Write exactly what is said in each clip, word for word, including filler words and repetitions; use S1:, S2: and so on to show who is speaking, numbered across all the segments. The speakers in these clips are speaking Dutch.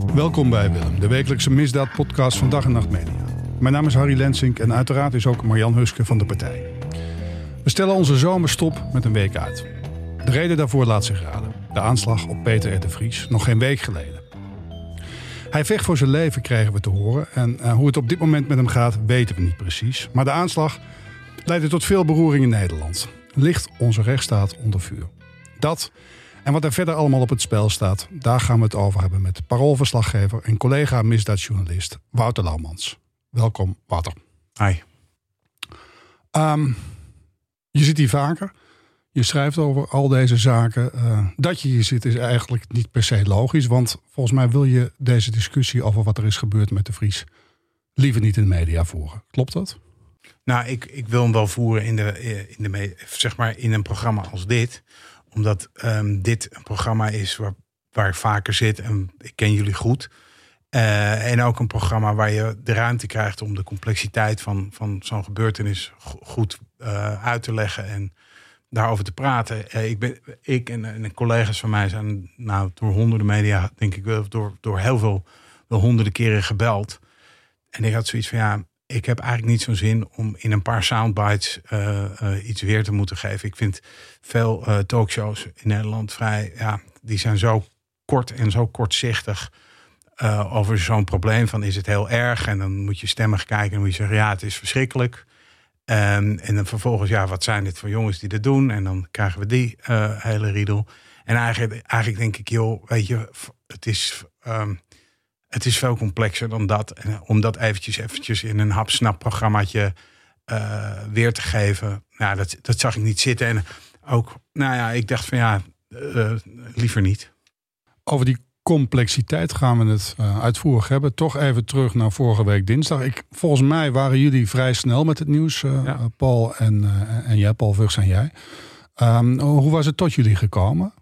S1: Welkom bij Willem, de wekelijkse misdaadpodcast van Dag en Nacht Media. Mijn naam is Harry Lensink en uiteraard is ook Marjan Huske van de partij. We stellen onze zomerstop met een week uit. De reden daarvoor laat zich raden. De aanslag op Peter R. de Vries, nog geen week geleden. Hij vecht voor zijn leven, kregen we te horen. En uh, hoe het op dit moment met hem gaat, weten we niet precies. Maar de aanslag leidde tot veel beroering in Nederland. Ligt onze rechtsstaat onder vuur? Dat en wat er verder allemaal op het spel staat, daar gaan we het over hebben met paroolverslaggever en collega misdaadjournalist Wouter Laumans. Welkom, Wouter.
S2: Hi.
S1: Um, je zit hier vaker. Je schrijft over al deze zaken. Uh, dat je hier zit is eigenlijk niet per se logisch. Want volgens mij wil je deze discussie over wat er is gebeurd met de Vries liever niet in de media voeren. Klopt dat?
S2: Nou, ik, ik wil hem wel voeren in, de, in, de, zeg maar in een programma als dit. Omdat um, dit een programma is waar, waar ik vaker zit. En ik ken jullie goed. Uh, en ook een programma waar je de ruimte krijgt om de complexiteit van, van zo'n gebeurtenis goed uh, uit te leggen. En daarover te praten. Uh, ik, ben, ik en, en collega's van mij zijn nou, door honderden media, denk ik wel, door, door heel veel, wel honderden keren gebeld. En ik had zoiets van, ja, ik heb eigenlijk niet zo'n zin om in een paar soundbites uh, uh, iets weer te moeten geven. Ik vind veel uh, talkshows in Nederland vrij, ja, die zijn zo kort en zo kortzichtig uh, over zo'n probleem van is het heel erg? En dan moet je stemmig kijken en moet je zeggen, ja, het is verschrikkelijk. Um, en dan vervolgens, ja, wat zijn dit voor jongens die dat doen? En dan krijgen we die uh, hele riedel. En eigenlijk, eigenlijk denk ik, joh, weet je, het is, um, het is veel complexer dan dat. En om dat eventjes, eventjes in een hap-snap programmaatje uh, weer te geven, nou, dat, dat zag ik niet zitten. En ook, nou ja, ik dacht van ja, uh, liever niet.
S1: Over die complexiteit gaan we het uh, uitvoerig hebben. Toch even terug naar vorige week dinsdag. Ik, volgens mij waren jullie vrij snel met het nieuws. Uh, ja. Paul en, uh, en jij, Paul Vugs en jij. Um, hoe was het tot jullie gekomen?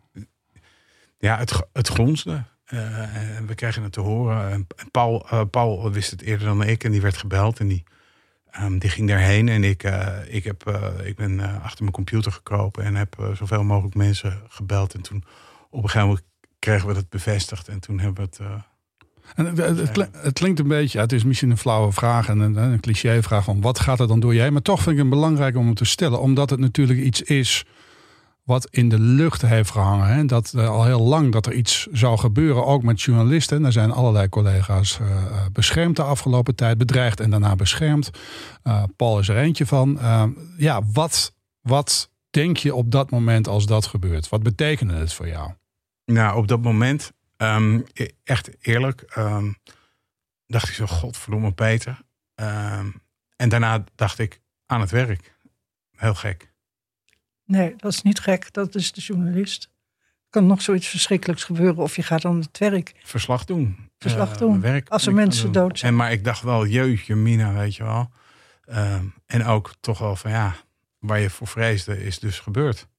S2: Ja, het, het gronsde. Uh, we kregen het te horen. En Paul, uh, Paul wist het eerder dan ik en die werd gebeld. En die, um, die ging daarheen. En ik, uh, ik, heb, uh, ik ben uh, achter mijn computer gekropen en heb uh, zoveel mogelijk mensen gebeld. En toen op een gegeven moment kregen we dat bevestigd en toen hebben we het... Uh,
S1: en het, het, klink, het klinkt een beetje, het is misschien een flauwe vraag en een, een clichévraag van wat gaat er dan door jij? Maar toch vind ik het belangrijk om het te stellen, omdat het natuurlijk iets is wat in de lucht heeft gehangen. Hè? Dat uh, al heel lang dat er iets zou gebeuren, ook met journalisten. Er zijn allerlei collega's uh, beschermd de afgelopen tijd, bedreigd en daarna beschermd. Uh, Paul is er eentje van. Uh, ja, wat, wat denk je op dat moment als dat gebeurt? Wat betekende het voor jou?
S2: Nou, op dat moment, um, echt eerlijk, um, dacht ik zo, godverdomme Peter. Um, en daarna dacht ik, aan het werk. Heel gek.
S3: Nee, dat is niet gek. Dat is de journalist. Er kan nog zoiets verschrikkelijks gebeuren of je gaat aan het werk.
S2: Verslag doen.
S3: Verslag doen, uh, werk, als er mensen dood zijn.
S2: En, maar ik dacht wel, jeugdje, Mina, weet je wel. Um, en ook toch wel van, ja, waar je voor vreesde is dus gebeurd.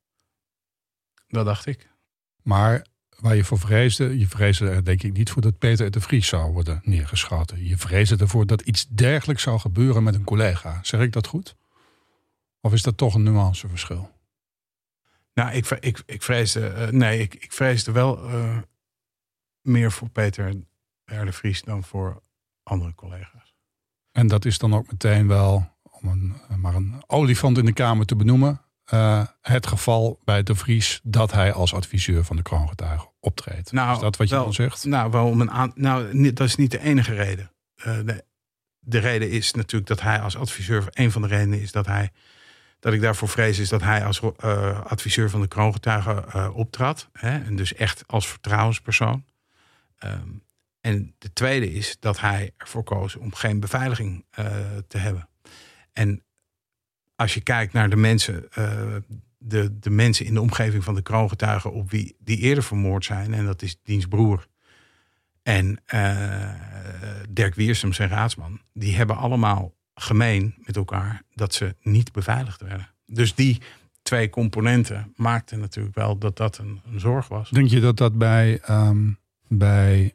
S2: Dat dacht ik.
S1: Maar waar je voor vreesde, je vreesde er denk ik niet voor dat Peter R. de Vries zou worden neergeschoten. Je vreesde ervoor dat iets dergelijks zou gebeuren met een collega. Zeg ik dat goed? Of is dat toch een nuanceverschil?
S2: Nou, ik, ik, ik vreesde, uh, nee, ik, ik vreesde wel uh, meer voor Peter R. de Vries dan voor andere collega's.
S1: En dat is dan ook meteen wel, om een, maar een olifant in de kamer te benoemen, Uh, het geval bij de Vries dat hij als adviseur van de kroongetuigen optreedt. Nou, is dat wat je
S2: wel,
S1: dan zegt?
S2: Nou, wel om een aan, nou, dat is niet de enige reden. Uh, de, de reden is natuurlijk dat hij als adviseur, een van de redenen is dat hij, dat ik daarvoor vrees is dat hij als uh, adviseur van de kroongetuigen uh, optrad. Hè, en dus echt als vertrouwenspersoon. Um, en de tweede is dat hij ervoor koos om geen beveiliging uh, te hebben. En als je kijkt naar de mensen, uh, de, de mensen in de omgeving van de kroongetuigen op wie die eerder vermoord zijn, en dat is diens broer en uh, Dirk Wiersum, zijn raadsman, die hebben allemaal gemeen met elkaar dat ze niet beveiligd werden. Dus die twee componenten maakten natuurlijk wel dat dat een, een zorg was.
S1: Denk je dat dat bij, um, bij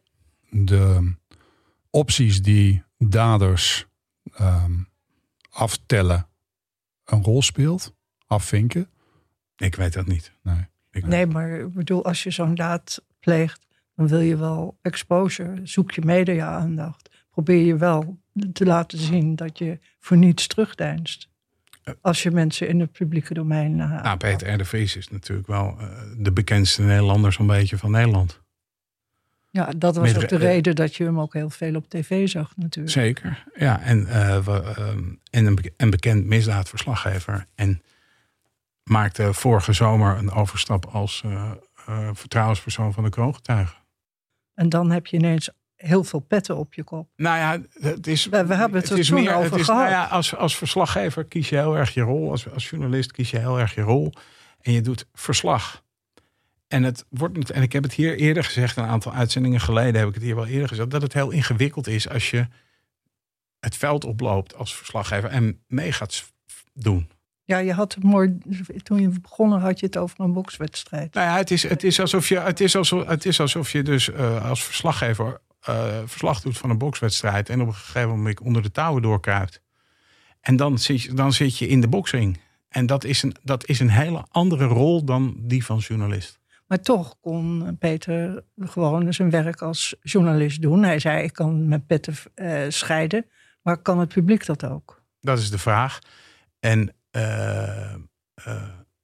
S1: de opties die daders um, aftellen een rol speelt? Afvinken?
S2: Ik weet dat niet.
S1: Nee,
S2: ik
S3: nee maar ik bedoel, als je zo'n daad pleegt, dan wil je wel exposure, zoek je media-aandacht. Probeer je wel te laten zien dat je voor niets terugdeinst. Als je mensen in het publieke domein... Uh,
S2: nou, Peter R. de Vries is natuurlijk wel uh, de bekendste Nederlander zo'n beetje van Nederland.
S3: Ja, dat was
S2: Met,
S3: ook de reden dat je hem ook heel veel op tv zag natuurlijk.
S2: Zeker, ja. En, uh, we, um, en een, een bekend misdaadverslaggever. En maakte vorige zomer een overstap als uh, uh, vertrouwenspersoon van de kroongetuigen.
S3: En dan heb je ineens heel veel petten op je kop.
S2: Nou ja, het is...
S3: We, we hebben het, het er toen meer, over
S2: het is,
S3: gehad.
S2: Nou ja, als, als verslaggever kies je heel erg je rol. Als, als journalist kies je heel erg je rol. En je doet verslag. En, het wordt niet, en ik heb het hier eerder gezegd, een aantal uitzendingen geleden heb ik het hier wel eerder gezegd, dat het heel ingewikkeld is als je het veld oploopt als verslaggever en mee gaat doen.
S3: Ja, je had het mooi, toen je begonnen had je het over een bokswedstrijd.
S2: Nou ja, het is, het is, alsof, je, het is, alsof, het is alsof je dus uh, als verslaggever uh, verslag doet van een bokswedstrijd en op een gegeven moment onder de touwen doorkruipt. En dan zit je, dan zit je in de boksring. En dat is, een, dat is een hele andere rol dan die van journalist.
S3: Maar toch kon Peter gewoon zijn werk als journalist doen. Hij zei, ik kan mijn petten uh, scheiden. Maar kan het publiek dat ook?
S2: Dat is de vraag. En uh, uh,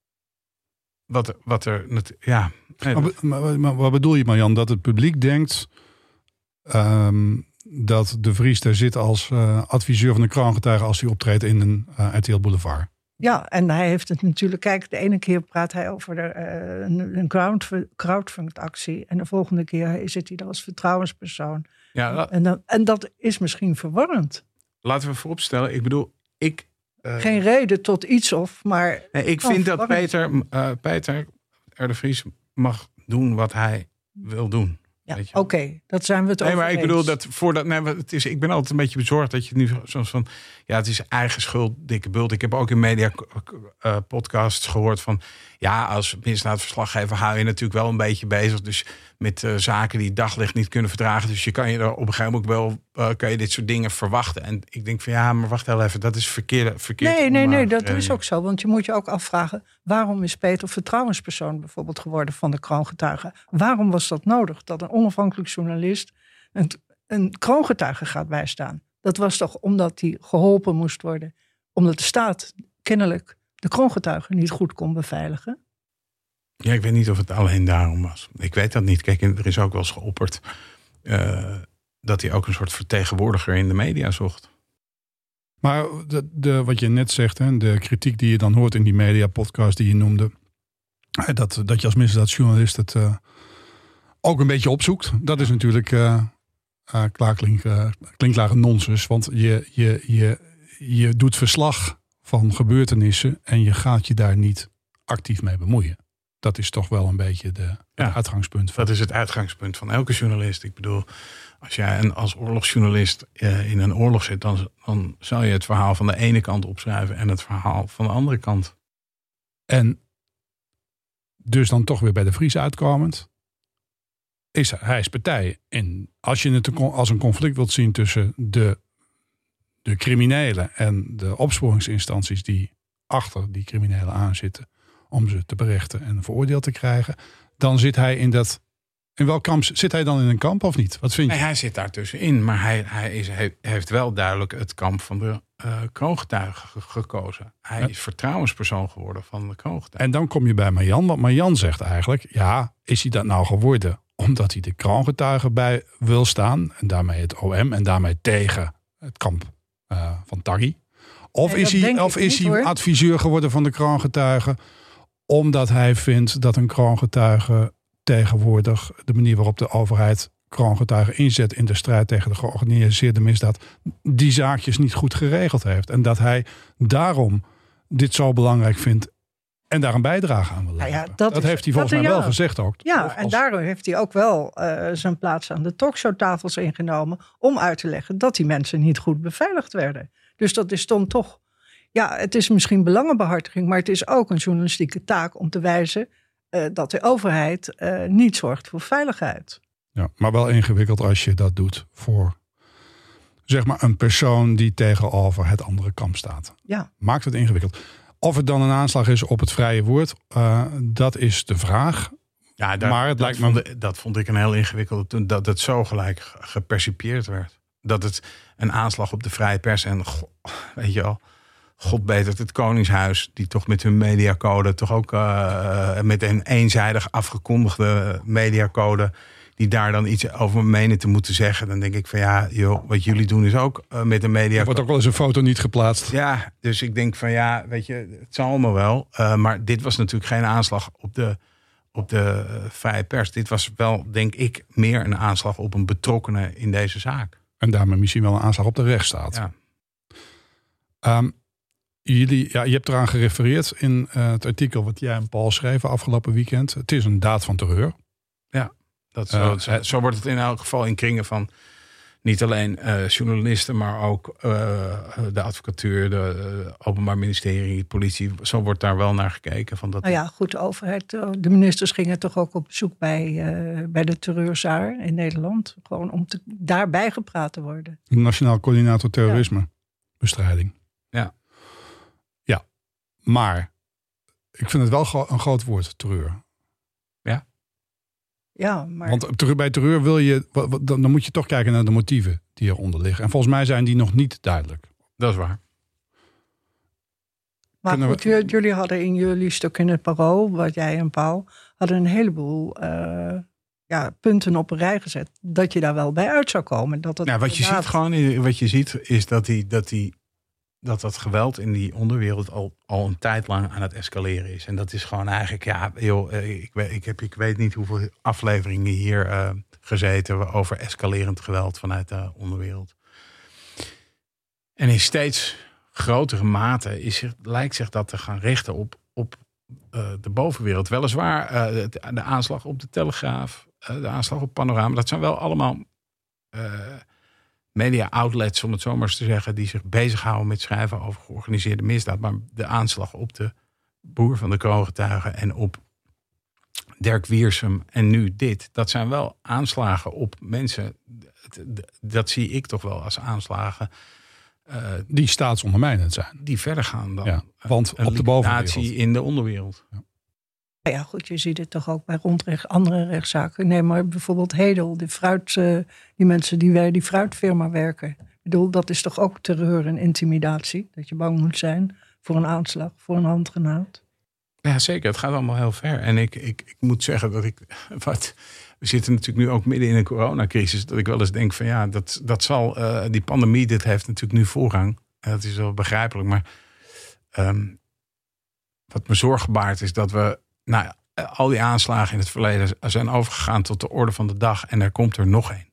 S2: wat, wat er... Ja, nee,
S1: maar, maar, maar wat bedoel je, Marjan? Dat het publiek denkt um, dat de Vries daar zit als uh, adviseur van de kroongetuigen als hij optreedt in een uh, R T L Boulevard.
S3: Ja, en hij heeft het natuurlijk... Kijk, de ene keer praat hij over de, uh, een, een crowd, crowdfund-actie. En de volgende keer zit hij er als vertrouwenspersoon.
S2: Ja, la-
S3: en, dan, en dat is misschien verwarrend.
S2: Laten we vooropstellen, ik bedoel, ik... Uh,
S3: Geen reden tot iets of, maar...
S2: Nee, ik vind dat Peter, uh, Peter R. de Vries mag doen wat hij wil doen.
S3: Ja, oké, okay, dat zijn we het over
S2: Nee, maar
S3: eens.
S2: ik bedoel dat voordat. Nee, het is, ik ben altijd een beetje bezorgd dat je nu soms van. Ja, het is eigen schuld, dikke bult. Ik heb ook in media uh, podcasts gehoord van. Ja, als misdaadverslaggever hou je natuurlijk wel een beetje bezig. Dus met uh, zaken die het daglicht niet kunnen verdragen. Dus je kan je er op een gegeven moment wel. Uh, kan je dit soort dingen verwachten. En ik denk van ja, maar wacht heel even. Dat is verkeerde. verkeerd
S3: nee, nee, nee, dat is ook zo. Want je moet je ook afvragen. Waarom is Peter vertrouwenspersoon bijvoorbeeld geworden van de kroongetuigen? Waarom was dat nodig? Dat een onafhankelijk journalist een, een kroongetuige gaat bijstaan. Dat was toch omdat hij geholpen moest worden. Omdat de staat kennelijk de kroongetuigen niet goed kon beveiligen.
S2: Ja, ik weet niet of het alleen daarom was. Ik weet dat niet. Kijk, er is ook wel eens geopperd uh, dat hij ook een soort vertegenwoordiger in de media zocht.
S1: Maar de, de, wat je net zegt, hè, de kritiek die je dan hoort in die mediapodcast die je noemde. Dat, dat je als misdaadjournalist het uh, ook een beetje opzoekt. Dat is natuurlijk uh, uh, klaarklink, uh, klinkklare nonsens. Want je, je, je, je doet verslag van gebeurtenissen en je gaat je daar niet actief mee bemoeien. Dat is toch wel een beetje de,
S2: ja,
S1: het uitgangspunt. Van.
S2: Dat is het uitgangspunt van elke journalist. Ik bedoel, als jij een, als oorlogsjournalist uh, in een oorlog zit, dan, dan zou je het verhaal van de ene kant opschrijven en het verhaal van de andere kant.
S1: En dus dan toch weer bij de Vries uitkomend. Is hij is partij. En als je het als een conflict wilt zien tussen de, de criminelen en de opsporingsinstanties die achter die criminelen aanzitten om ze te berechten en veroordeeld te krijgen, dan zit hij in dat. In welk kamp zit hij dan in een kamp of niet? Wat vind je?
S2: Nee, hij zit daar tussenin, maar hij, hij, is, hij heeft wel duidelijk het kamp van de uh, kroongetuigen ge- gekozen. Hij ja. is vertrouwenspersoon geworden van de kroongetuigen.
S1: En dan kom je bij Marjan, want Marjan zegt eigenlijk, ja, is hij dat nou geworden omdat hij de kroongetuigen bij wil staan en daarmee het O M en daarmee tegen het kamp uh, van Taghi? Of nee, is hij, of is niet, hij adviseur geworden van de kroongetuigen omdat hij vindt dat een kroongetuige tegenwoordig de manier waarop de overheid kroongetuigen inzet in de strijd tegen de georganiseerde misdaad, die zaakjes niet goed geregeld heeft. En dat hij daarom dit zo belangrijk vindt en daar een bijdrage aan wil leveren.
S3: Nou ja, dat
S1: dat
S3: is,
S1: heeft hij volgens mij ja. wel gezegd ook.
S3: Ja,
S1: als...
S3: en daardoor heeft hij ook wel uh, zijn plaats aan de talkshowtafels ingenomen om uit te leggen dat die mensen niet goed beveiligd werden. Dus dat is dan toch, ja, het is misschien belangenbehartiging, maar het is ook een journalistieke taak om te wijzen Uh, dat de overheid uh, niet zorgt voor veiligheid.
S1: Ja, maar wel ingewikkeld als je dat doet voor zeg maar een persoon die tegenover het andere kamp staat.
S3: Ja.
S1: Maakt het ingewikkeld. Of het dan een aanslag is op het vrije woord, uh, dat is de vraag.
S2: Ja, daar,
S1: maar het
S2: dat,
S1: lijkt me...
S2: vond, dat vond ik een heel ingewikkelde toen dat het zo gelijk gepercipieerd werd. Dat het een aanslag op de vrije pers en go, weet je wel, God betert het Koningshuis, die toch met hun mediacode toch ook uh, met een eenzijdig afgekondigde mediacode, die daar dan iets over menen te moeten zeggen. Dan denk ik van ja, joh, wat jullie doen is ook uh, met een media.
S1: Er wordt ook wel eens een foto niet geplaatst.
S2: Ja, dus ik denk van ja, weet je, het zal allemaal wel. Uh, maar dit was natuurlijk geen aanslag op de, op de uh, vrije pers. Dit was wel, denk ik, meer een aanslag op een betrokkenen in deze zaak.
S1: En daarmee misschien wel een aanslag op de rechtsstaat.
S2: Ja.
S1: Um, jullie, ja, je hebt eraan gerefereerd in uh, het artikel wat jij en Paul schreven afgelopen weekend. Het is een daad van terreur.
S2: Ja, dat zo,
S1: Uh,
S2: zo, zo wordt het in elk geval in kringen van niet alleen uh, journalisten, maar ook uh, de advocatuur, de uh, openbaar ministerie, de politie. Zo wordt daar wel naar gekeken. Van dat
S3: nou ja, goed, de overheid, de ministers gingen toch ook op bezoek bij, uh, bij de terreurzaar in Nederland. Gewoon om te, daarbij gepraat te worden.
S1: Nationaal Coördinator Terrorismebestrijding.
S2: Ja.
S1: Ja, maar ik vind het wel gro- een groot woord, terreur.
S2: Ja.
S3: Ja, maar...
S1: Want terug, bij terreur wil je, wat, wat, dan, dan moet je toch kijken naar de motieven die eronder liggen. En volgens mij zijn die nog niet duidelijk.
S2: Dat is waar.
S3: Maar
S1: Kunnen
S3: goed,
S1: we-
S3: jullie hadden in jullie stuk in het Parool, wat jij en Paul, hadden een heleboel uh, ja, punten op een rij gezet. Dat je daar wel bij uit zou komen. Dat het
S2: Nou, wat je
S3: inderdaad-
S2: ziet gewoon, wat je ziet is dat die, dat die, dat dat geweld in die onderwereld al, al een tijd lang aan het escaleren is. En dat is gewoon eigenlijk, ja, joh, ik, weet, ik heb, ik weet niet hoeveel afleveringen hier uh, gezeten over escalerend geweld vanuit de onderwereld. En in steeds grotere mate is, lijkt zich dat te gaan richten op, op uh, de bovenwereld. Weliswaar uh, de, de aanslag op de Telegraaf, uh, de aanslag op Panorama, dat zijn wel allemaal uh, media outlets, om het zo maar eens te zeggen, die zich bezighouden met schrijven over georganiseerde misdaad. Maar de aanslag op de broer van de kroongetuigen en op Dirk Wiersum en nu dit, dat zijn wel aanslagen op mensen. Dat zie ik toch wel als aanslagen Uh,
S1: die staatsondermijnend zijn.
S2: Die verder gaan dan
S1: Ja, want
S2: een
S1: op de bovenwereld
S2: in de onderwereld.
S3: Ja. Ja, goed, je ziet het toch ook bij rondrecht, andere rechtszaken. Nee, maar bijvoorbeeld Hedel, die, fruit, uh, die mensen die bij die fruitfirma werken. Ik bedoel, dat is toch ook terreur en intimidatie? Dat je bang moet zijn voor een aanslag, voor een handgranaat.
S2: Ja, zeker. Het gaat allemaal heel ver. En ik, ik, ik moet zeggen dat ik... Wat, we zitten natuurlijk nu ook midden in een coronacrisis. Dat ik wel eens denk van ja, dat, dat zal... Uh, die pandemie, dit heeft natuurlijk nu voorrang. En dat is wel begrijpelijk. Maar um, wat me zorgen baart is dat we... Nou, al die aanslagen in het verleden zijn overgegaan tot de orde van de dag. En er komt er nog één.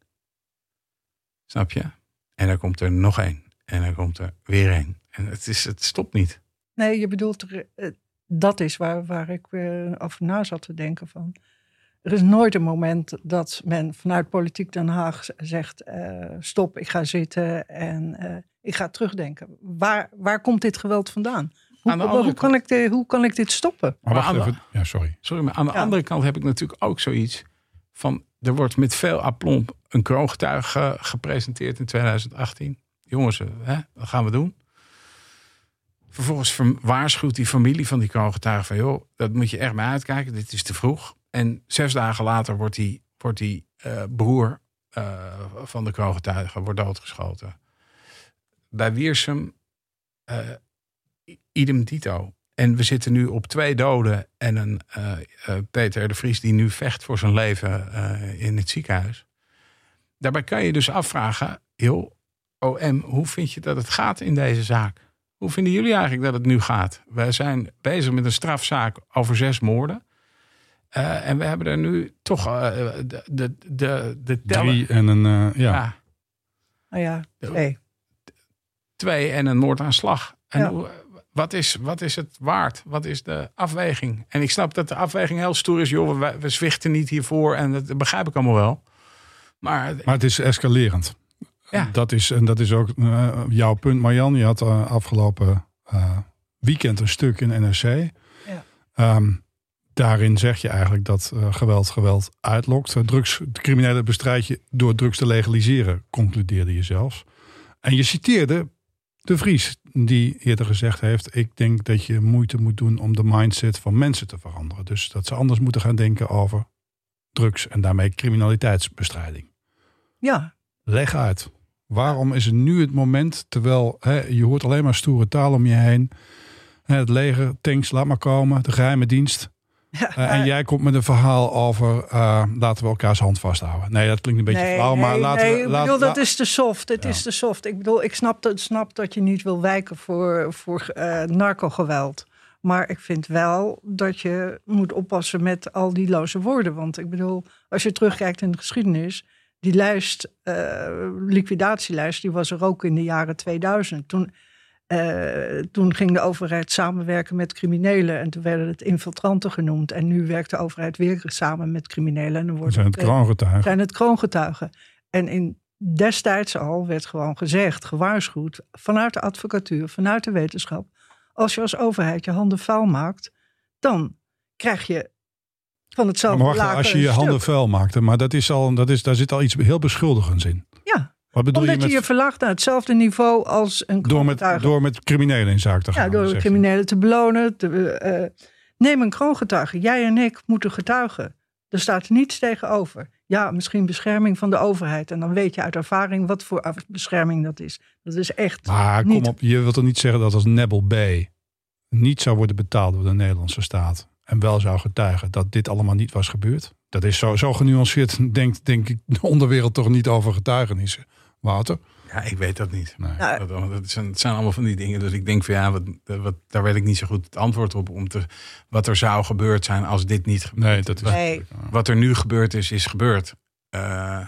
S2: Snap je? En er komt er nog één. En er komt er weer één. En het, is, het stopt niet.
S3: Nee, je bedoelt... Er, uh, dat is waar, waar ik weer over na zat te denken van... Er is nooit een moment dat men vanuit Politiek Den Haag zegt... Uh, stop, ik ga zitten en uh, ik ga terugdenken. Waar, waar komt dit geweld vandaan? Hoe, hoe, kan, ik de, hoe kan ik dit stoppen?
S1: Maar wacht
S2: maar
S1: even. Ja, sorry.
S2: Sorry, maar aan de
S3: ja.
S2: andere kant heb ik natuurlijk ook zoiets van... Er wordt met veel aplomb een kroongetuige gepresenteerd in twintig achttien. Jongens, hè, wat gaan we doen? Vervolgens waarschuwt die familie van die kroongetuige van... joh, dat moet je echt mee uitkijken, dit is te vroeg. En zes dagen later wordt die, wordt die uh, broer uh, van de kroongetuige wordt doodgeschoten. Bij Wiersum, uh, idem dito. En we zitten nu op twee doden en een uh, uh, Peter de Vries... die nu vecht voor zijn leven uh, in het ziekenhuis. Daarbij kan je dus afvragen... joh, O M, hoe vind je dat het gaat in deze zaak? Hoe vinden jullie eigenlijk dat het nu gaat? Wij zijn bezig met een strafzaak over zes moorden. Uh, en we hebben er nu toch uh, de, de, de, de teller.
S1: Drie en een, uh, ja.
S3: ja. Nou ja, twee.
S2: Twee en een moordaanslag. En
S3: ja.
S2: hoe, wat, is, wat is het waard? Wat is de afweging? En ik snap dat de afweging heel stoer is. Joh, we, we zwichten niet hiervoor. En dat begrijp ik allemaal wel. Maar,
S1: maar het is escalerend.
S2: Ja.
S1: Dat is, en dat is ook uh, jouw punt, Marjan. Je had uh, afgelopen uh, weekend een stuk in N R C. Ja. Um, daarin zeg je eigenlijk dat uh, geweld geweld uitlokt. Uh, drugs, de criminelen bestrijd je door drugs te legaliseren, concludeerde je zelfs. En je citeerde de Vries, die eerder gezegd heeft... ik denk dat je moeite moet doen om de mindset van mensen te veranderen. Dus dat ze anders moeten gaan denken over drugs en daarmee criminaliteitsbestrijding.
S3: Ja.
S1: Leg uit. Waarom is het nu het moment, terwijl hè, je hoort alleen maar stoere taal om je heen. Het leger, tanks, laat maar komen. De geheime dienst.
S3: Ja,
S1: uh, en jij komt met een verhaal over uh, laten we elkaars hand vasthouden. Nee, dat klinkt een beetje
S3: nee,
S1: flauw,
S3: nee,
S1: maar laten
S3: nee,
S1: we...
S3: Ik
S1: laat,
S3: bedoel,
S1: la,
S3: dat is te soft. Het
S1: ja.
S3: is te soft. Ik bedoel, ik snap dat, snap dat je niet wil wijken voor, voor uh, narcogeweld. Maar ik vind wel dat je moet oppassen met al die loze woorden. Want ik bedoel, als je terugkijkt in de geschiedenis, die lijst, uh, liquidatielijst, die was er ook in de jaren tweeduizend. Toen, uh, toen ging de overheid samenwerken met criminelen en toen werden het infiltranten genoemd. En nu werkt de overheid weer samen met criminelen. En dan wordt
S1: zijn het kroongetuigen.
S3: Zijn het kroongetuigen. En in destijds al werd gewoon gezegd, gewaarschuwd, vanuit de advocatuur, vanuit de wetenschap, als je als overheid je handen vuil maakt, dan krijg je van hetzelfde
S1: maar wacht, als je je handen vuil maakt, maar dat is al, dat is, daar zit al iets heel beschuldigends in.
S3: Ja,
S1: wat bedoel
S3: omdat
S1: je, met,
S3: je je verlaagt naar hetzelfde niveau als een
S1: door met, door met criminelen in zaak te gaan.
S3: Ja, door
S1: de
S3: criminelen te belonen. Te, uh, neem een kroongetuige. Jij en ik moeten getuigen. Er staat niets tegenover. Ja, misschien bescherming van de overheid. En dan weet je uit ervaring wat voor bescherming dat is. Dat is echt
S1: Maar
S3: niet...
S1: kom op, je wilt toch niet zeggen dat als Nebel B. niet zou worden betaald door de Nederlandse staat en wel zou getuigen dat dit allemaal niet was gebeurd? Dat is zo, zo genuanceerd, denkt denk ik de onderwereld toch niet over getuigenissen. Wouter?
S2: Ja, ik weet dat niet.
S1: Nee.
S3: Ja.
S2: Dat, dat, zijn, dat zijn allemaal van die dingen. Dus ik denk van ja, wat, wat, daar weet ik niet zo goed het antwoord op. Om te, wat er zou gebeurd zijn als dit niet gebeurt.
S1: Nee, dat is...
S3: Nee.
S2: Wat er nu gebeurd is, is gebeurd. Uh,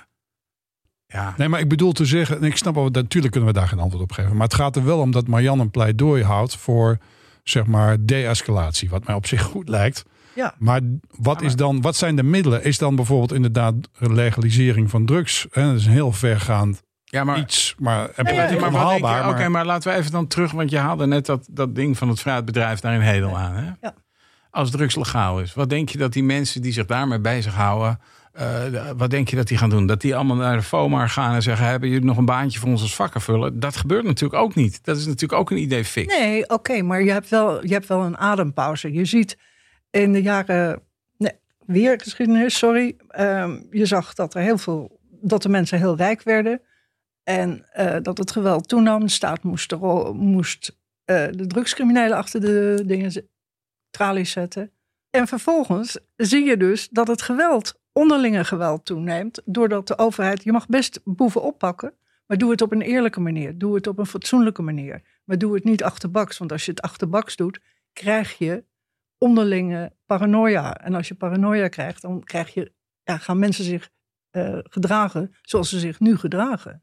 S2: ja.
S1: Nee, maar ik bedoel te zeggen, en ik snap wel, natuurlijk kunnen we daar geen antwoord op geven. Maar het gaat er wel om dat Marianne een pleidooi houdt voor, zeg maar, de-escalatie. Wat mij op zich goed lijkt.
S3: Ja.
S1: Maar wat,
S2: Ja, maar...
S1: is dan, wat zijn de middelen? Is dan bijvoorbeeld inderdaad legalisering van drugs? Hè? Dat is een heel vergaand
S2: Ja, maar,
S1: iets, maar,
S2: ja,
S1: ja,
S2: maar
S1: onhaalbaar.
S2: Oké, okay, maar laten we even dan terug, want je haalde net dat, dat ding van het fruitbedrijf daar in Hedel aan. Hè?
S3: Ja.
S2: Als drugs legaal is, wat denk je dat die mensen die zich daarmee bezighouden, uh, wat denk je dat die gaan doen? Dat die allemaal naar de FOMAR gaan en zeggen, hebben jullie nog een baantje voor ons als vakkenvuller? Dat gebeurt natuurlijk ook niet. Dat is natuurlijk ook een idee fix.
S3: Nee, oké, okay, maar je hebt, wel, je hebt wel een adempauze. Je ziet in de jaren, nee, weer geschiedenis, sorry. Um, je zag dat er heel veel, dat de mensen heel rijk werden. En uh, dat het geweld toenam. De staat moest, er, moest uh, de drugscriminelen achter de dingen, tralies zetten. En vervolgens zie je dus dat het geweld, onderlinge geweld toeneemt. Doordat de overheid, je mag best boeven oppakken. Maar doe het op een eerlijke manier. Doe het op een fatsoenlijke manier. Maar doe het niet achterbaks. Want als je het achterbaks doet, krijg je onderlinge paranoia. En als je paranoia krijgt, dan krijg je, ja, gaan mensen zich uh, gedragen zoals ze zich nu gedragen.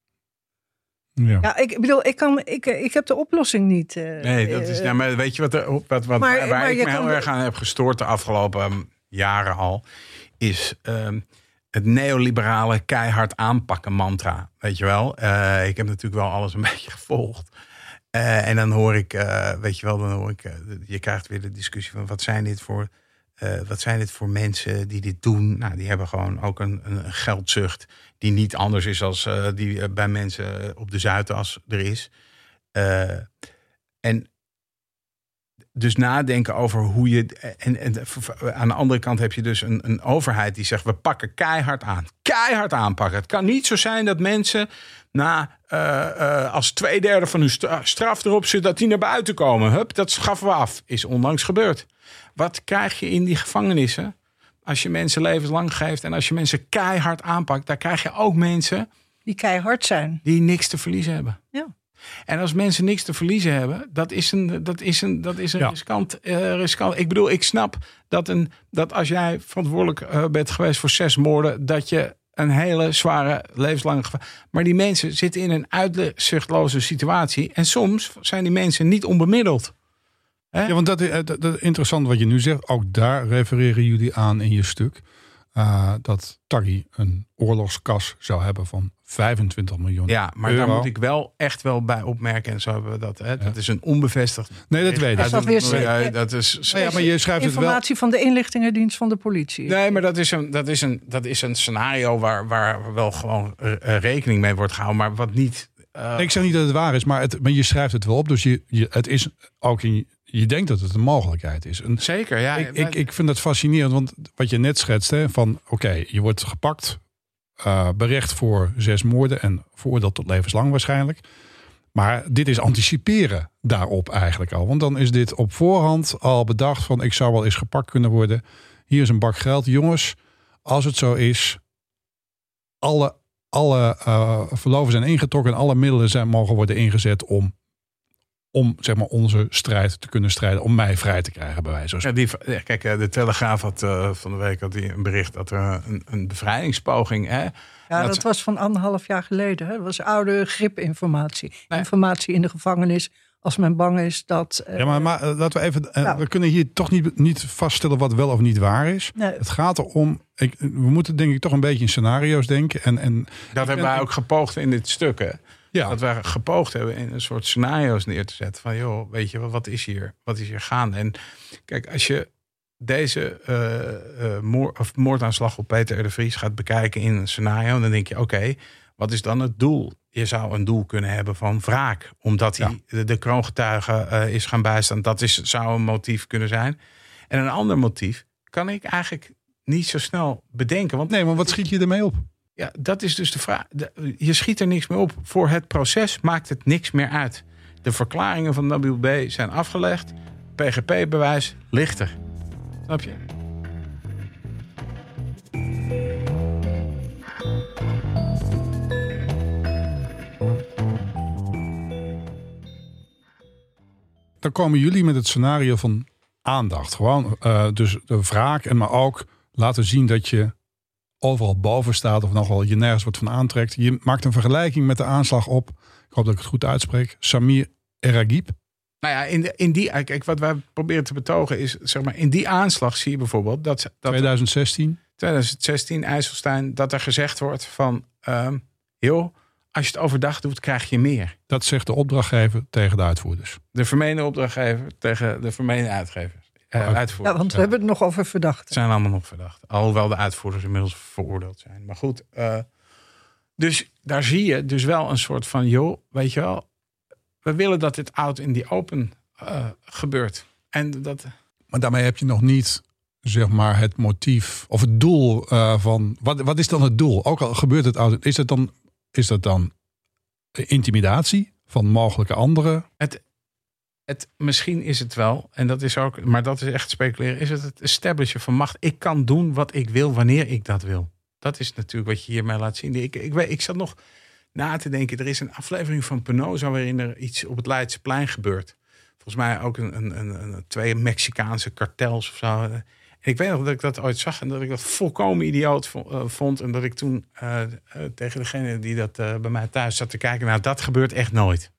S1: Ja.
S3: Ja, ik bedoel, ik, kan, ik, ik heb de oplossing niet. Uh,
S2: nee, dat is, ja, maar weet je wat, er, wat, wat
S3: maar,
S2: waar
S3: maar
S2: ik me heel
S3: kan...
S2: erg aan heb gestoord de afgelopen um, jaren al, is um, het neoliberale keihard aanpakken mantra. Weet je wel? Uh, ik heb natuurlijk wel alles een beetje gevolgd. Uh, en dan hoor ik, uh, weet je wel, dan hoor ik, uh, je krijgt weer de discussie van wat zijn dit voor, uh, wat zijn dit voor mensen die dit doen? Nou, die hebben gewoon ook een, een geldzucht die niet anders is als uh, die uh, bij mensen op de Zuidas er is. Uh, en dus nadenken over hoe je... En, en aan de andere kant heb je dus een, een overheid die zegt, we pakken keihard aan. Keihard aanpakken. Het kan niet zo zijn dat mensen na uh, uh, als twee derde van hun straf erop zit, dat die naar buiten komen. Hup, dat schaffen we af. Is onlangs gebeurd. Wat krijg je in die gevangenissen als je mensen levenslang geeft en als je mensen keihard aanpakt? Daar krijg je ook mensen
S3: die keihard zijn,
S2: die niks te verliezen hebben.
S3: Ja.
S2: En als mensen niks te verliezen hebben, dat is een, dat is een, dat is een ja. riskant, uh, riskant. Ik bedoel, ik snap dat, een, dat als jij verantwoordelijk uh, bent geweest voor zes moorden, dat je een hele zware levenslange gevaar. Maar die mensen zitten in een uitzichtloze situatie. En soms zijn die mensen niet onbemiddeld. Hè?
S1: Ja, want dat is, dat is interessant wat je nu zegt. Ook daar refereren jullie aan in je stuk. Uh, dat Taghi een oorlogskas zou hebben van vijfentwintig miljoen
S2: Ja, maar
S1: euro.
S2: daar moet ik wel echt wel bij opmerken. En zo hebben we dat. Hè? Dat
S1: ja.
S2: is een onbevestigd.
S1: Nee, dat weet ik.
S3: Dat is weer
S2: ja, dat is.
S1: Ja, maar je schrijft het wel.
S3: Informatie van de inlichtingendienst van de politie.
S2: Nee, maar dat is een, dat is een, dat is een scenario waar, waar wel gewoon uh, rekening mee wordt gehouden. Maar wat niet. Uh...
S1: Nee, ik zeg niet dat het waar is, maar, het, maar je schrijft het wel op. Dus je, je, het is ook in je denkt dat het een mogelijkheid is. En
S2: Zeker, ja.
S1: Ik, ik, ik vind dat fascinerend, want wat je net schetst, hè, van oké, okay, je wordt gepakt, uh, berecht voor zes moorden en veroordeeld tot levenslang waarschijnlijk. Maar dit is anticiperen daarop eigenlijk al. Want dan is dit op voorhand al bedacht van ik zou wel eens gepakt kunnen worden. Hier is een bak geld. Jongens, als het zo is, alle, alle uh, verloven zijn ingetrokken en alle middelen zijn mogen worden ingezet om, om zeg maar, onze strijd te kunnen strijden. Om mij vrij te krijgen bij wijze van
S2: ja, die, ja, Kijk, de Telegraaf had uh, van de week had die een bericht dat er een, een bevrijdingspoging... Hè,
S3: Ja, dat, dat was van anderhalf jaar geleden. Hè? Dat was oude gripinformatie. Nee. Informatie in de gevangenis als men bang is dat... Uh,
S1: ja, maar, maar uh, laten we even... Uh, nou. We kunnen hier toch niet, niet vaststellen wat wel of niet waar is.
S3: Nee.
S1: Het gaat erom... Ik, we moeten denk ik toch een beetje in scenario's denken. En, en
S2: dat hebben wij ook gepoogd in dit stuk, hè? Ja. Dat wij gepoogd hebben in een soort scenario's neer te zetten. Van joh, weet je, wat is hier, wat is hier gaande? En kijk, als je deze uh, uh, moord, of moordaanslag op Peter R. de Vries gaat bekijken in een scenario, dan denk je, oké, okay, wat is dan het doel? Je zou een doel kunnen hebben van wraak, omdat hij ja. de, de kroongetuige uh, is gaan bijstaan. Dat is, zou een motief kunnen zijn. En een ander motief kan ik eigenlijk niet zo snel bedenken. Want
S1: nee, maar wat schiet je ermee op?
S2: Ja, dat is dus de vraag. Je schiet er niks meer op. Voor het proces maakt het niks meer uit. De verklaringen van Nabil B. zijn afgelegd. P G P-bewijs ligt er. Snap je?
S1: Dan komen jullie met het scenario van aandacht. Gewoon uh, dus de wraak en maar ook laten zien dat je overal boven staat of nogal je nergens wat van aantrekt. Je maakt een vergelijking met de aanslag op, ik hoop dat ik het goed uitspreek, Samir Eragib.
S2: Nou ja, in, de, in die, kijk, wat wij proberen te betogen is, zeg maar, in die aanslag zie je bijvoorbeeld dat, dat
S1: twintig zestien
S2: twintig zestien IJsselstein, dat er gezegd wordt van, um, joh, als je het overdag doet, krijg je meer.
S1: Dat zegt de opdrachtgever tegen de uitvoerders.
S2: De vermeende opdrachtgever tegen de vermeende uitgever. Uh, uitvoerders.
S3: Ja, want we ja. hebben het nog over verdachten.
S2: Het zijn allemaal nog verdachten. Alhoewel de uitvoerders inmiddels veroordeeld zijn. Maar goed, uh, dus daar zie je dus wel een soort van, joh, weet je wel, we willen dat dit out in the open uh, gebeurt. En dat...
S1: Maar daarmee heb je nog niet, zeg maar, het motief of het doel uh, van, wat, wat is dan het doel? Ook al gebeurt het out, is het dan, is dat dan intimidatie van mogelijke anderen?
S2: Het, het, misschien is het wel, en dat is ook, maar dat is echt speculeren, is het het establishen van macht. Ik kan doen wat ik wil, wanneer ik dat wil. Dat is natuurlijk wat je hiermee laat zien. Ik, ik, ik, ik zat nog na te denken, er is een aflevering van Penosa waarin er iets op het Leidseplein gebeurt. Volgens mij ook een, een, een, een twee Mexicaanse kartels of zo. En ik weet nog dat ik dat ooit zag en dat ik dat volkomen idioot vond. En dat ik toen uh, uh, tegen degene die dat uh, bij mij thuis zat te kijken, nou, dat gebeurt echt nooit.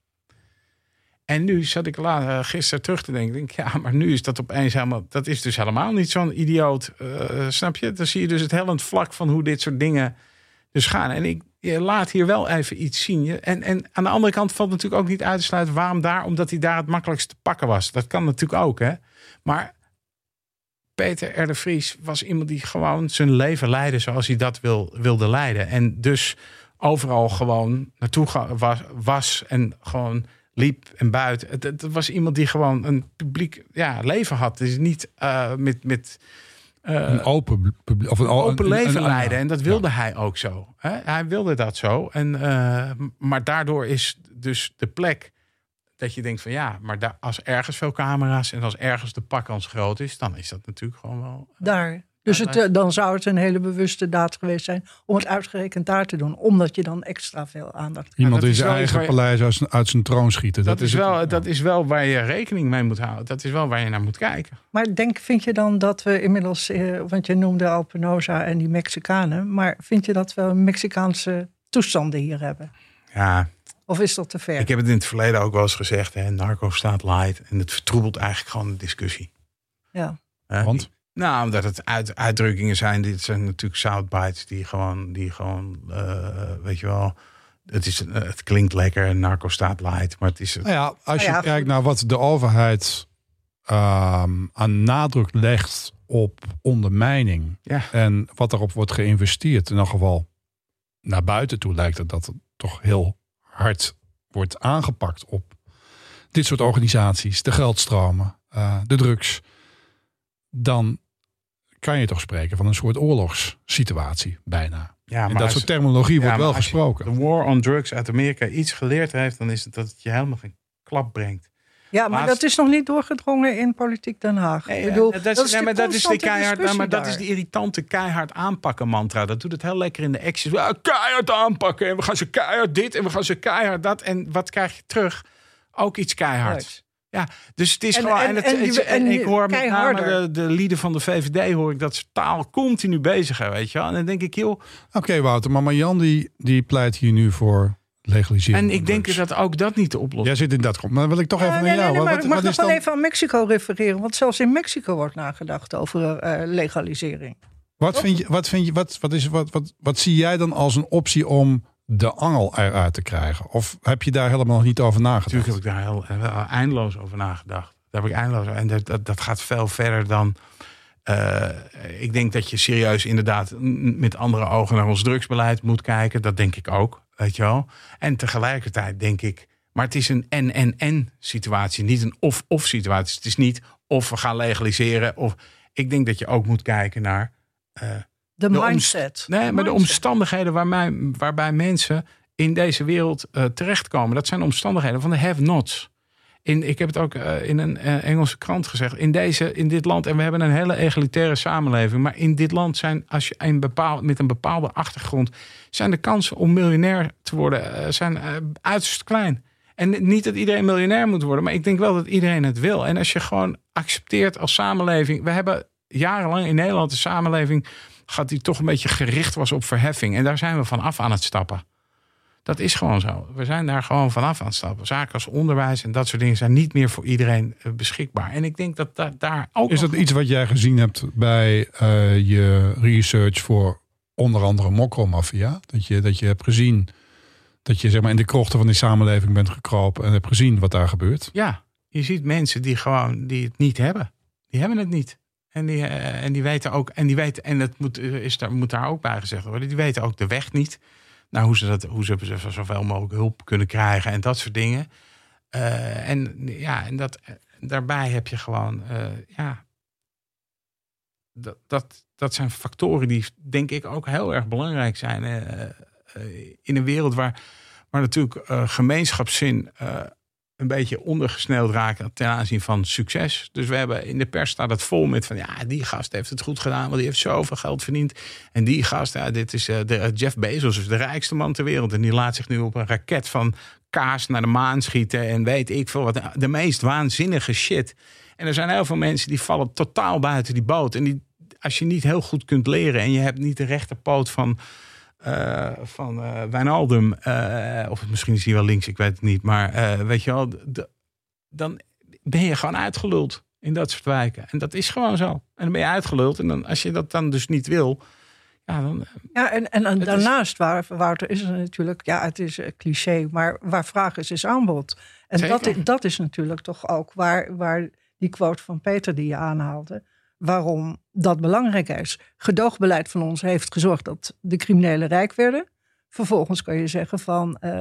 S2: En nu zat ik later, uh, gisteren terug te denken, denk, ja, maar nu is dat opeens helemaal, dat is dus helemaal niet zo'n idioot. Uh, snap je? Dan zie je dus het hellend vlak van hoe dit soort dingen dus gaan. En ik je laat hier wel even iets zien. En, en aan de andere kant valt natuurlijk ook niet uit te sluiten waarom daar, omdat hij daar het makkelijkst te pakken was. Dat kan natuurlijk ook, hè. Maar Peter R. de Vries was iemand die gewoon zijn leven leidde zoals hij dat wil, wilde leiden. En dus overal gewoon naartoe was, was en gewoon liep en buiten. Het, het was iemand die gewoon een publiek ja, leven had. Dus niet uh, met... met Uh,
S1: een open, publiek, of een,
S2: een open
S1: een,
S2: leven
S1: een, een,
S2: leiden. En dat wilde
S1: ja.
S2: hij ook zo. Hè? Hij wilde dat zo. En, uh, maar daardoor is dus de plek dat je denkt van ja, maar daar, als ergens veel camera's en als ergens de pakkans groot is, dan is dat natuurlijk gewoon wel... Uh,
S3: daar. Dus het, dan zou het een hele bewuste daad geweest zijn om het uitgerekend daar te doen. Omdat je dan extra veel aandacht hebt.
S1: Iemand in zijn eigen je, paleis uit zijn, uit zijn troon schieten.
S2: Dat, dat, is wel,
S1: het,
S2: dat is wel waar je rekening mee moet houden. Dat is wel waar je naar moet kijken.
S3: Maar denk, vind je dan dat we inmiddels, eh, want je noemde al Penosa en die Mexicanen. Maar vind je dat we Mexicaanse toestanden hier hebben?
S2: Ja.
S3: Of is dat te ver?
S2: Ik heb het in het verleden ook wel eens gezegd. Hè, narco staat light. En het vertroebelt eigenlijk gewoon de discussie.
S3: Ja.
S2: Hè?
S1: Want?
S2: Nou, omdat het uit, uitdrukkingen zijn. Dit zijn natuurlijk soundbites die gewoon, die gewoon uh, weet je wel, het, is, uh, het klinkt lekker en narco staat light, maar het is... Het...
S1: Nou ja, als je
S3: nou ja,
S1: kijkt naar wat de overheid um, aan nadruk legt op ondermijning
S2: ja.
S1: en wat erop wordt geïnvesteerd, in elk geval naar buiten toe lijkt het dat het toch heel hard wordt aangepakt op dit soort organisaties, de geldstromen. uh, de drugs, dan kan je toch spreken van een soort oorlogssituatie bijna. Ja, en dat soort terminologie ja, wordt wel gesproken.
S2: De war on drugs uit Amerika iets geleerd heeft, dan is het dat het je helemaal geen klap brengt.
S3: Ja, maar Laatst... dat is nog niet doorgedrongen in politiek Den Haag.
S2: Nee, ik bedoel, dat, dat, is, nee, maar dat is de keihard, nou, maar dat is de irritante keihard aanpakken mantra. Dat doet het heel lekker in de acties. Ja, keihard aanpakken en we gaan ze keihard dit en we gaan ze keihard dat. En wat krijg je terug? Ook iets keihards. Ja, dus het is en, gewoon... En, en, het, en, het, en, en ik hoor met name de, de lieden van de V V D... hoor ik dat ze taal continu bezig hebben, weet je wel. En dan denk ik, joh...
S1: Oké, okay, Wouter, maar Marjan die, die pleit hier nu voor legaliseren.
S2: En ik denk dat ook dat niet de oplossing is.
S1: Jij zit in dat grond. Maar dan wil ik toch
S3: ja,
S1: even
S3: nee,
S1: naar jou.
S3: Nee, nee,
S1: wat,
S3: maar wat,
S1: wat
S3: mag
S1: is
S3: nog
S1: dan...
S3: even aan Mexico refereren. Want zelfs in Mexico wordt nagedacht over uh, legalisering.
S1: Wat, vind je, wat, vind je, wat, wat, is, wat, wat, wat zie jij dan als een optie om... de angel eruit te krijgen? Of heb je daar helemaal nog niet over nagedacht?
S2: Natuurlijk heb ik daar heel, heel eindeloos over nagedacht. Daar heb ik eindeloos over. En dat, dat, dat gaat veel verder dan... Uh, ik denk dat je serieus inderdaad met andere ogen naar ons drugsbeleid moet kijken. Dat denk ik ook, weet je wel. En tegelijkertijd denk ik... Maar het is een en-en-en situatie. Niet een of-of situatie. Het is niet of we gaan legaliseren. Of ik denk dat je ook moet kijken naar... Uh,
S3: De, de mindset.
S2: Omst- nee,
S3: de
S2: maar
S3: mindset.
S2: de omstandigheden waarbij, waarbij mensen in deze wereld uh, terechtkomen. Dat zijn omstandigheden van de have-nots. In, ik heb het ook uh, in een uh, Engelse krant gezegd. In, deze, in dit land, en we hebben een hele egalitaire samenleving. Maar in dit land zijn, als je een bepaald, met een bepaalde achtergrond... zijn de kansen om miljonair te worden uh, zijn, uh, uiterst klein. En niet dat iedereen miljonair moet worden. Maar ik denk wel dat iedereen het wil. En als je gewoon accepteert als samenleving... We hebben jarenlang in Nederland een samenleving... gaat die toch een beetje gericht was op verheffing. En daar zijn we vanaf aan het stappen. Dat is gewoon zo. We zijn daar gewoon vanaf aan het stappen. Zaken als onderwijs en dat soort dingen... zijn niet meer voor iedereen beschikbaar. En ik denk dat da- daar ook...
S1: Is dat iets wat jij gezien hebt bij uh, je research... voor onder andere mokromafia? Dat je, dat je hebt gezien... dat je zeg maar in de krochten van die samenleving bent gekropen... en hebt gezien wat daar gebeurt?
S2: Ja, je ziet mensen die gewoon die het niet hebben. Die hebben het niet. En die, uh, en die weten ook, en die weten, en dat moet, is daar, moet daar ook bij gezegd worden, die weten ook de weg niet. Nou, hoe ze dat, hoe ze zoveel mogelijk hulp kunnen krijgen en dat soort dingen. Uh, en ja, en dat, daarbij heb je gewoon, uh, ja, dat, dat, dat zijn factoren die denk ik ook heel erg belangrijk zijn. Uh, uh, in een wereld waar, waar natuurlijk uh, gemeenschapszin uh, een beetje ondergesneeuwd raken ten aanzien van succes. Dus we hebben in de pers staat het vol met van... ja, die gast heeft het goed gedaan, want die heeft zoveel geld verdiend. En die gast, ja, dit is uh, de, uh, Jeff Bezos, is de rijkste man ter wereld. En die laat zich nu op een raket van kaas naar de maan schieten... en weet ik veel wat. De meest waanzinnige shit. En er zijn heel veel mensen die vallen totaal buiten die boot. En die, als je niet heel goed kunt leren... en je hebt niet de rechterpoot van... Uh, van uh, Wijnaldum, uh, of misschien is hij wel links, ik weet het niet. Maar uh, weet je wel, d- d- dan ben je gewoon uitgeluld in dat soort wijken. En dat is gewoon zo. En dan ben je uitgeluld. En dan, als je dat dan dus niet wil, ja dan...
S3: Ja, en, en, en daarnaast, is, waar, Wouter, is er natuurlijk, ja, het is een cliché, maar waar vraag is, is aanbod. En dat, dat is natuurlijk toch ook waar, waar die quote van Peter die je aanhaalde... waarom dat belangrijk is. Gedoogbeleid van ons heeft gezorgd dat de criminelen rijk werden. Vervolgens kan je zeggen van... Uh,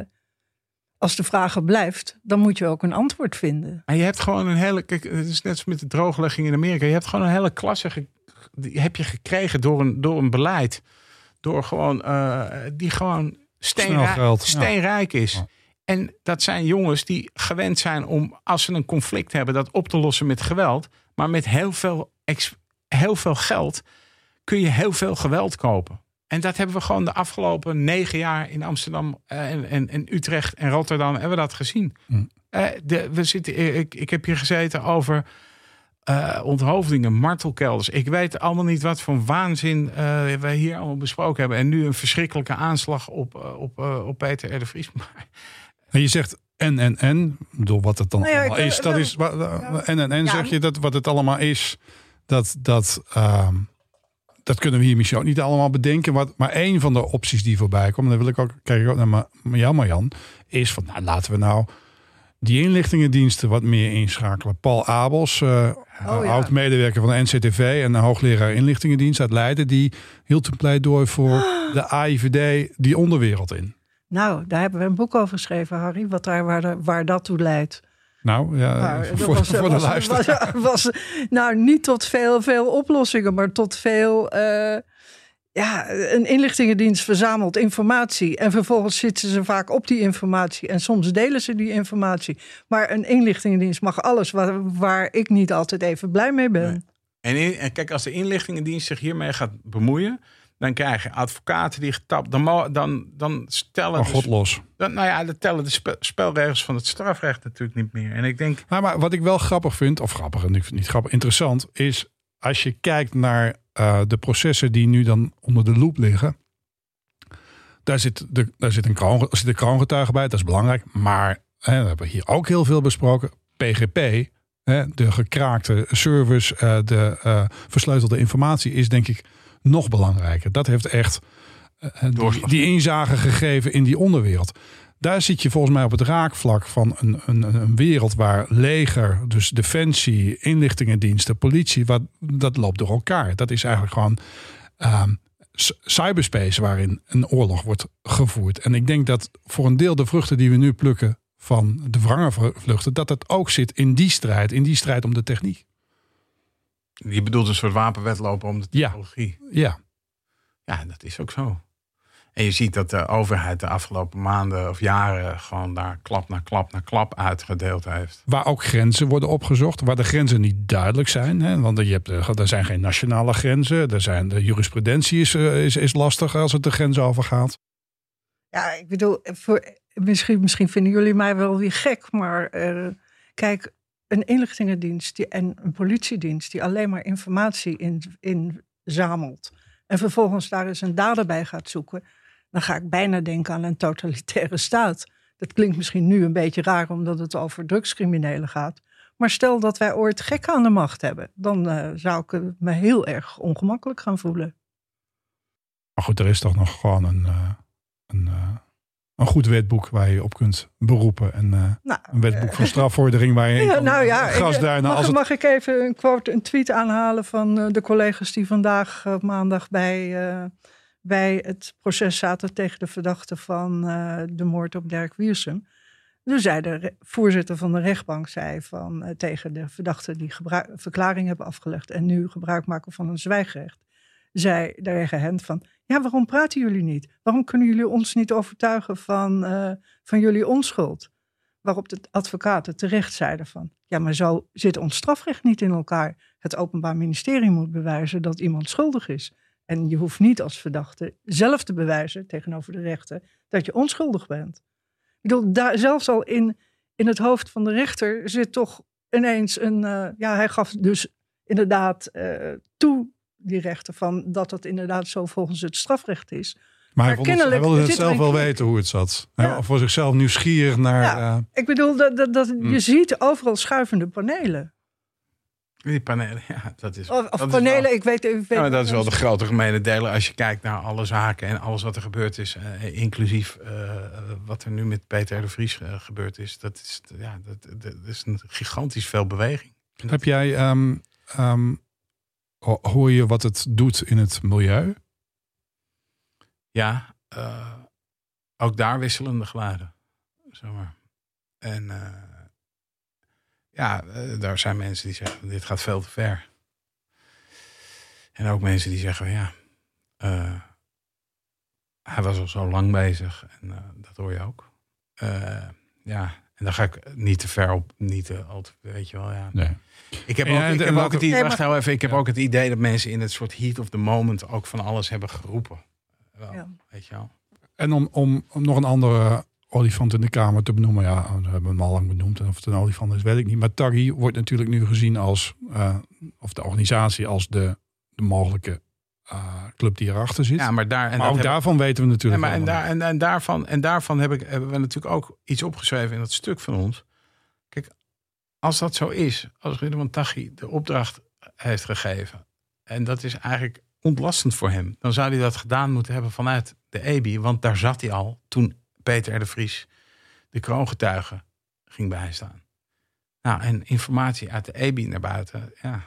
S3: als de vraag blijft, dan moet je ook een antwoord vinden.
S2: En je hebt gewoon een hele... Kijk, het is net als met de drooglegging in Amerika. Je hebt gewoon een hele klasse ge, die heb je gekregen door een, door een beleid. Door gewoon... Uh, die gewoon steenrijk, steenrijk is. Ja. En dat zijn jongens die gewend zijn om... als ze een conflict hebben, dat op te lossen met geweld. Maar met heel veel... heel veel geld kun je heel veel geweld kopen. En dat hebben we gewoon de afgelopen negen jaar in Amsterdam en, en, en Utrecht en Rotterdam hebben we dat gezien. Mm. Uh, de, we zitten, ik, ik heb hier gezeten over uh, onthoofdingen, martelkelders. Ik weet allemaal niet wat voor waanzin uh, we hier allemaal besproken hebben. En nu een verschrikkelijke aanslag op, uh, op, uh, op Peter R. de Vries.
S1: En je zegt en, en, en. Ik bedoel, wat het dan nou ja, allemaal ik, is. Dat uh, is uh, en, en, en ja. Zeg je dat wat het allemaal is... Dat, dat, uh, dat kunnen we hier misschien ook niet allemaal bedenken. Wat, maar één van de opties die voorbij komt... dan wil ik ook, kijk ik ook naar jou, Marjan... is van, nou, laten we nou die inlichtingendiensten wat meer inschakelen. Paul Abels, uh, oh, ja. oud-medewerker van de N C T V... en een hoogleraar inlichtingendienst uit Leiden... die hield een pleidooi voor ah. de A I V D die onderwereld in.
S3: Nou, daar hebben we een boek over geschreven, Harry... Wat daar, waar, waar dat toe leidt.
S1: Nou, ja,
S3: Maar dat
S1: voor,
S3: was,
S1: voor de
S3: was,
S1: luisteraar.
S3: was, was, nou, niet tot veel, veel oplossingen, maar tot veel... Uh, ja, een inlichtingendienst verzamelt informatie en vervolgens zitten ze vaak op die informatie en soms delen ze die informatie. Maar een inlichtingendienst mag alles waar, waar ik niet altijd even blij mee ben.
S2: Nee. En, in, en kijk, als de inlichtingendienst zich hiermee gaat bemoeien, dan krijg je advocaten die getapt, dan, dan, dan stellen...
S1: Oh, God los.
S2: Dan, nou ja, dan tellen de spe, spelregels van het strafrecht natuurlijk niet meer. En ik denk...
S1: Nou, maar wat ik wel grappig vind, of grappig, niet grappig, interessant, is als je kijkt naar uh, de processen die nu dan onder de loep liggen. Daar zit, de, daar zit een kroon, zit een kroongetuige bij, dat is belangrijk. Maar, hè, we hebben hier ook heel veel besproken, P G P, hè, de gekraakte service, uh, de uh, versleutelde informatie is denk ik nog belangrijker. Dat heeft echt uh, die, die inzage gegeven in die onderwereld. Daar zit je volgens mij op het raakvlak van een, een, een wereld waar leger, dus defensie, inlichtingendiensten, politie, wat, dat loopt door elkaar. Dat is eigenlijk gewoon um, cyberspace waarin een oorlog wordt gevoerd. En ik denk dat voor een deel de vruchten die we nu plukken van de wrangervluchten, dat het ook zit in die strijd, in die strijd om de techniek.
S2: Je bedoelt een soort wapenwedlopen om de technologie.
S1: Ja.
S2: Ja, ja, dat is ook zo. En je ziet dat de overheid de afgelopen maanden of jaren gewoon daar klap na klap na klap uitgedeeld heeft.
S1: Waar ook grenzen worden opgezocht, waar de grenzen niet duidelijk zijn. Hè? Want je hebt, er zijn geen nationale grenzen. Er zijn, de jurisprudentie is, is, is lastig als het de grens overgaat.
S3: Ja, ik bedoel, voor, misschien, misschien vinden jullie mij wel weer gek. Maar uh, kijk, een inlichtingendienst die, en een politiedienst die alleen maar informatie in, inzamelt. En vervolgens daar eens een dader bij gaat zoeken. Dan ga ik bijna denken aan een totalitaire staat. Dat klinkt misschien nu een beetje raar omdat het over drugscriminelen gaat. Maar stel dat wij ooit gekken aan de macht hebben. Dan uh, zou ik me heel erg ongemakkelijk gaan voelen.
S1: Maar goed, er is toch nog gewoon een, uh, een, uh, een goed wetboek waar je op kunt beroepen. En uh, nou, een wetboek van strafvordering waar je
S3: ja,
S1: kan
S3: nou ja,
S1: grasduinen.
S3: Mag,
S1: als het...
S3: mag ik even een quote, een tweet aanhalen van uh, de collega's die vandaag uh, maandag bij, uh, bij het proces zaten tegen de verdachte van uh, de moord op Dirk Wiersum. Toen zei de re- voorzitter van de rechtbank zei van, uh, tegen de verdachten die gebruik, verklaring hebben afgelegd en nu gebruik maken van een zwijgrecht. Zei tegen hen van, ja, waarom praten jullie niet? Waarom kunnen jullie ons niet overtuigen van, uh, van jullie onschuld? Waarop de advocaten terecht zeiden van, ja, maar zo zit ons strafrecht niet in elkaar. Het Openbaar Ministerie moet bewijzen dat iemand schuldig is. En je hoeft niet als verdachte zelf te bewijzen tegenover de rechter dat je onschuldig bent. Ik bedoel, daar, zelfs al in, in het hoofd van de rechter zit toch ineens een, uh, ja, hij gaf dus inderdaad uh, toe, die rechter, van dat het inderdaad zo volgens het strafrecht is.
S1: Maar hij, maar hij wilde het zelf wel weten hoe het zat. Ja. Hij, voor zichzelf nieuwsgierig naar...
S3: Ja, uh... Ik bedoel, dat, dat, dat, hmm. je ziet overal schuivende panelen.
S2: Die panelen, ja, dat is...
S3: Of, of
S2: dat
S3: panelen,
S2: is wel,
S3: ik weet... Ik weet
S2: ja, maar dat is wel de grote gemene deler als je kijkt naar alle zaken en alles wat er gebeurd is. Uh, inclusief uh, wat er nu met Peter R. de Vries uh, gebeurd is. Dat is, ja, dat, dat is een gigantisch veel beweging.
S1: Heb jij... Um, um, hoor je wat het doet in het milieu?
S2: Ja, uh, ook daar wisselende geluiden. Zomaar. En uh, ja, uh, daar zijn mensen die zeggen, dit gaat veel te ver. En ook mensen die zeggen, ja, uh, hij was al zo lang bezig. En uh, dat hoor je ook. Uh, ja, en daar ga ik niet te ver op, niet te, altijd, weet je wel, ja. Nee. Ik heb ook, ja, ik heb ook het idee, wacht nou even, ik heb ja. ook het idee dat mensen in het soort heat of the moment ook van alles hebben geroepen. Wel, ja. Weet je wel.
S1: En om, om, om nog een andere olifant in de kamer te benoemen, ja, we hebben hem al lang benoemd en of het een olifant is, weet ik niet. Maar Taghi wordt natuurlijk nu gezien als, uh, of de organisatie als de, de mogelijke uh, club die erachter zit.
S2: Ja, maar daar, en
S1: maar ook
S2: heb,
S1: daarvan weten we natuurlijk.
S2: Ja, maar en, daar, en, en daarvan, en daarvan heb ik, hebben we natuurlijk ook iets opgeschreven in dat stuk van ons. Kijk, als dat zo is, als Ridwan Taghi de opdracht heeft gegeven, en dat is eigenlijk ontlastend voor hem, dan zou hij dat gedaan moeten hebben vanuit de E B I, want daar zat hij al toen Peter R. de Vries de kroongetuige ging bijstaan. Nou, en informatie uit de E B I naar buiten, ja.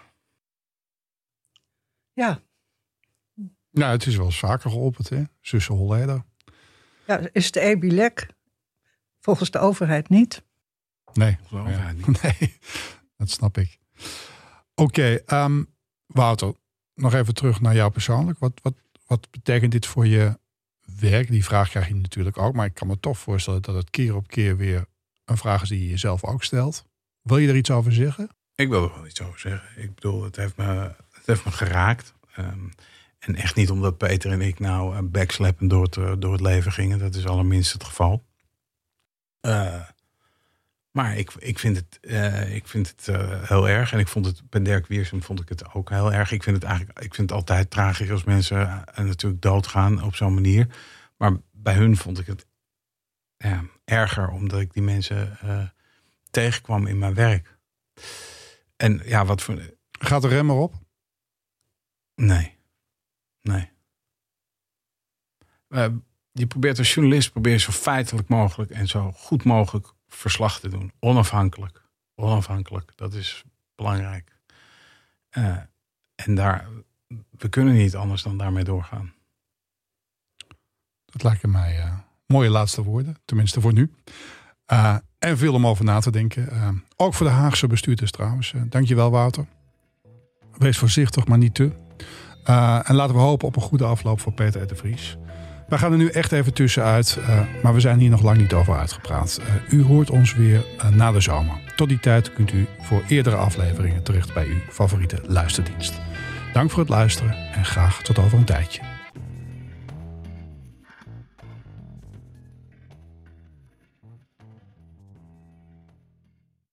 S3: Ja.
S1: Nou, het is wel eens vaker geopperd, hè? Zussen Holleder.
S3: Ja, is de E B I lek? Volgens de overheid niet.
S1: Nee,
S2: Onze
S1: ja.
S2: overheid niet.
S1: nee, dat snap ik. Oké, okay, um, Wouter, nog even terug naar jou persoonlijk. Wat, wat, wat betekent dit voor je werk? Die vraag krijg je natuurlijk ook, maar ik kan me toch voorstellen dat het keer op keer weer een vraag is die je jezelf ook stelt. Wil je er iets over zeggen?
S2: Ik wil er wel iets over zeggen. Ik bedoel, het heeft me, het heeft me geraakt. Um, en echt niet omdat Peter en ik nou uh, backslappen door het, door het leven gingen. Dat is allerminst het geval. Uh, maar ik, ik vind het, uh, ik vind het uh, heel erg. En ik vond het bij Dirk Wiersum vond ik het ook heel erg. Ik vind het eigenlijk, ik vind het altijd tragisch als mensen uh, natuurlijk doodgaan op zo'n manier. Maar bij hun vond ik het ja, erger, omdat ik die mensen uh, tegenkwam in mijn werk. En ja, wat voor...
S1: Gaat de rem erop?
S2: Nee. Nee. Uh, je probeert als journalist probeer je zo feitelijk mogelijk en zo goed mogelijk verslag te doen. Onafhankelijk. Onafhankelijk. Dat is belangrijk. Uh, en daar, we kunnen niet anders dan daarmee doorgaan.
S1: Dat lijken mij uh, mooie laatste woorden. Tenminste voor nu. Uh, en veel om over na te denken. Uh, ook voor de Haagse bestuurders trouwens. Uh, dankjewel Wouter. Wees voorzichtig, maar niet te. Uh, en laten we hopen op een goede afloop voor Peter R. de Vries. Wij gaan er nu echt even tussenuit. Uh, maar we zijn hier nog lang niet over uitgepraat. Uh, u hoort ons weer uh, na de zomer. Tot die tijd kunt u voor eerdere afleveringen terecht bij uw favoriete luisterdienst. Dank voor het luisteren en graag tot over een tijdje.